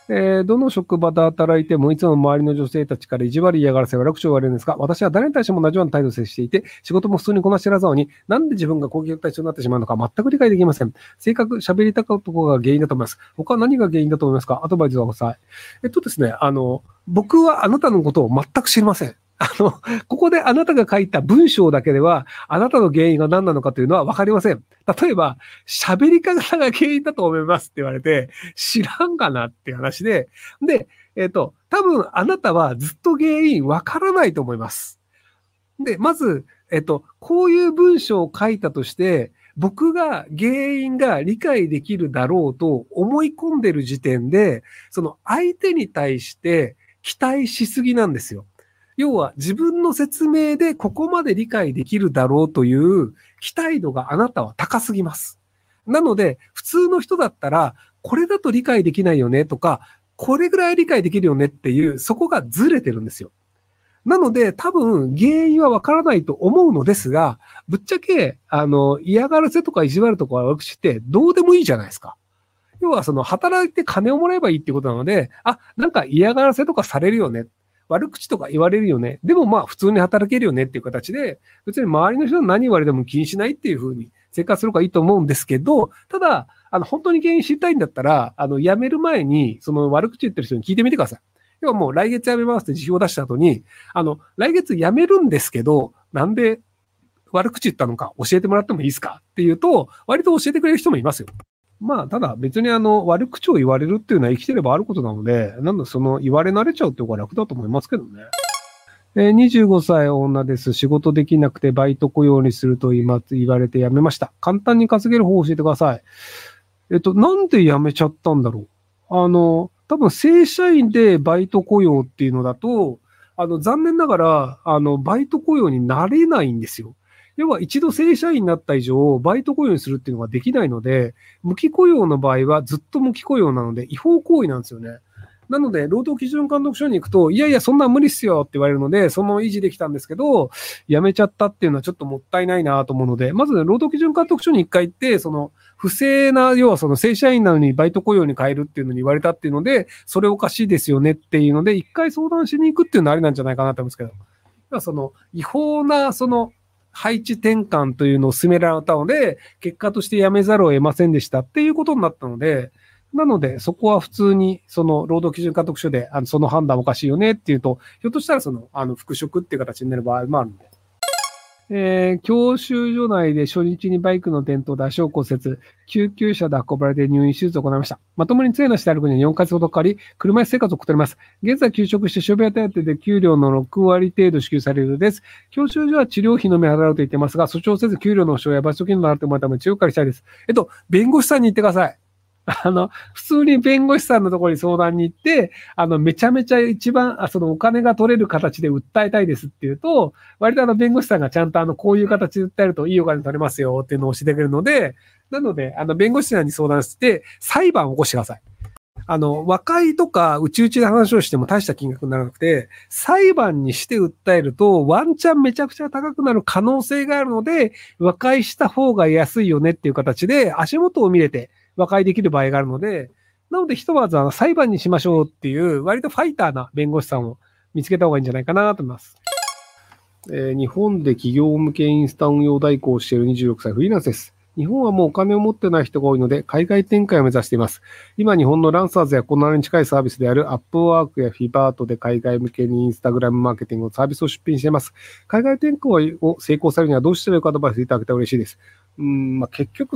どの職場で働いてもいつも周りの女性たちから意地悪い嫌がらせ、悪口を言われるんですが、私は誰に対しても同じような態度を接していて、仕事も普通にこなしているはずなのに、なんで自分が攻撃の対象になってしまうのか全く理解できません。性格、喋りたかったところが原因だと思います。他は何が原因だと思いますか？アドバイスをください。ですね、僕はあなたのことを全く知りません。ここであなたが書いた文章だけでは、あなたの原因が何なのかというのは分かりません。例えば、喋り方が原因だと思いますって言われて、知らんかなっていう話で、多分あなたはずっと原因分からないと思います。で、まず、こういう文章を書いたとして、僕が原因が理解できるだろうと思い込んでる時点で、その相手に対して期待しすぎなんですよ。要は自分の説明でここまで理解できるだろうという期待度があなたは高すぎます。なので、普通の人だったら、これだと理解できないよねとか、これぐらい理解できるよねっていう、そこがずれてるんですよ。なので、多分原因はわからないと思うのですが、ぶっちゃけ、嫌がらせとか意地悪とか悪口ってどうでもいいじゃないですか。要は働いて金をもらえばいいってことなので、なんか嫌がらせとかされるよね。悪口とか言われるよね。でもまあ普通に働けるよねっていう形で、別に周りの人は何言われても気にしないっていう風に生活するからいいと思うんですけど、ただ、本当に原因知りたいんだったら、辞める前に、その悪口言ってる人に聞いてみてください。要はもう来月辞めますって辞表を出した後に、来月辞めるんですけど、なんで悪口言ったのか教えてもらってもいいですかっていうと、割と教えてくれる人もいますよ。まあ、ただ別に悪口を言われるっていうのは生きてればあることなので、言われ慣れちゃうっていう方が楽だと思いますけどね。25歳女です。仕事できなくてバイト雇用にすると言われて辞めました。簡単に稼げる方を教えてください。なんで辞めちゃったんだろう。多分正社員でバイト雇用っていうのだと、残念ながら、バイト雇用になれないんですよ。要は一度正社員になった以上、バイト雇用にするっていうのができないので、無期雇用の場合はずっと無期雇用なので違法行為なんですよね。なので、労働基準監督署に行くと、いやいや、そんなん無理っすよって言われるので、その維持できたんですけど、辞めちゃったっていうのはちょっともったいないなと思うので、まず、労働基準監督署に一回行って、不正な、要は正社員なのにバイト雇用に変えるっていうのに言われたっていうので、それおかしいですよねっていうので、一回相談しに行くっていうのはありなんじゃないかなと思うんですけど、違法な、配置転換というのを進められたので、結果として辞めざるを得ませんでしたっていうことになったので、なので、そこは普通に、労働基準監督署で、その判断おかしいよねっていうと、ひょっとしたら復職っていう形になる場合もあるので。教習所内で初日にバイクの転倒で足を骨折、救急車で運ばれて入院手術を行いました。まともに杖なしで歩くには4ヶ月ほどかかり、車椅子生活を送っております。現在休職して傷病手当で給料の6割程度支給されるようです。教習所は治療費のみ払うと言っていますが、訴訟せず給料の保証や罰則金の払ってもらうために強く借りしたいです。弁護士さんに言ってください。普通に弁護士さんのところに相談に行って、めちゃめちゃ一番、お金が取れる形で訴えたいですっていうと、割と弁護士さんがちゃんとこういう形で訴えるといいお金取れますよっていうのを教えてくれるので、なので、弁護士さんに相談して、裁判を起こしてください。和解とか内々で話をしても大した金額にならなくて、裁判にして訴えると、ワンチャンめちゃくちゃ高くなる可能性があるので、和解した方が安いよねっていう形で、足元を見れて、和解できる場合があるので、なのでひとまず裁判にしましょうっていう、割とファイターな弁護士さんを見つけた方がいいんじゃないかなと思います。日本で企業向けインスタ運用代行をしている26歳フリーランスです。日本はもうお金を持ってない人が多いので、海外展開を目指しています。今、日本のランサーズやコナラに近いサービスであるアップワークやフィバートで海外向けにインスタグラムマーケティングのサービスを出品しています。海外展開を成功されるにはどうしたらいいかアドバイスいただけたら嬉しいです。結局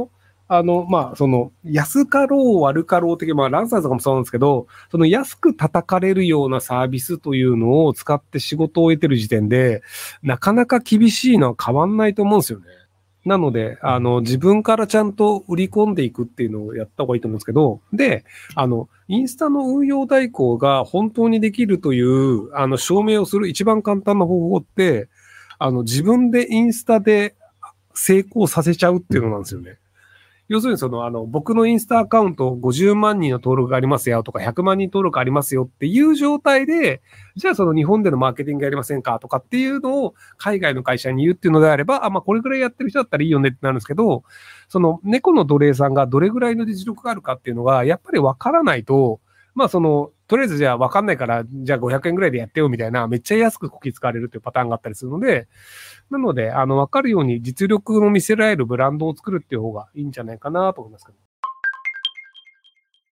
安かろう悪かろう的、ランサーズとかもそうなんですけど、安く叩かれるようなサービスというのを使って仕事を得てる時点で、なかなか厳しいのは変わんないと思うんですよね。なので、自分からちゃんと売り込んでいくっていうのをやった方がいいと思うんですけど、で、インスタの運用代行が本当にできるという、証明をする一番簡単な方法って、自分でインスタで成功させちゃうっていうのなんですよね。要するに僕のインスタアカウント50万人の登録がありますよとか100万人登録ありますよっていう状態で、じゃあ日本でのマーケティングやりませんかとかっていうのを海外の会社に言うっていうのであれば、これぐらいやってる人だったらいいよねってなるんですけど、猫の奴隷さんがどれぐらいの実力があるかっていうのがやっぱりわからないと、 まあとりあえずじゃあ分かんないから、じゃあ500円ぐらいでやってよみたいな、めっちゃ安くこき使われるっていうパターンがあったりするので、なので、分かるように実力の見せられるブランドを作るっていう方がいいんじゃないかなと思いますけど。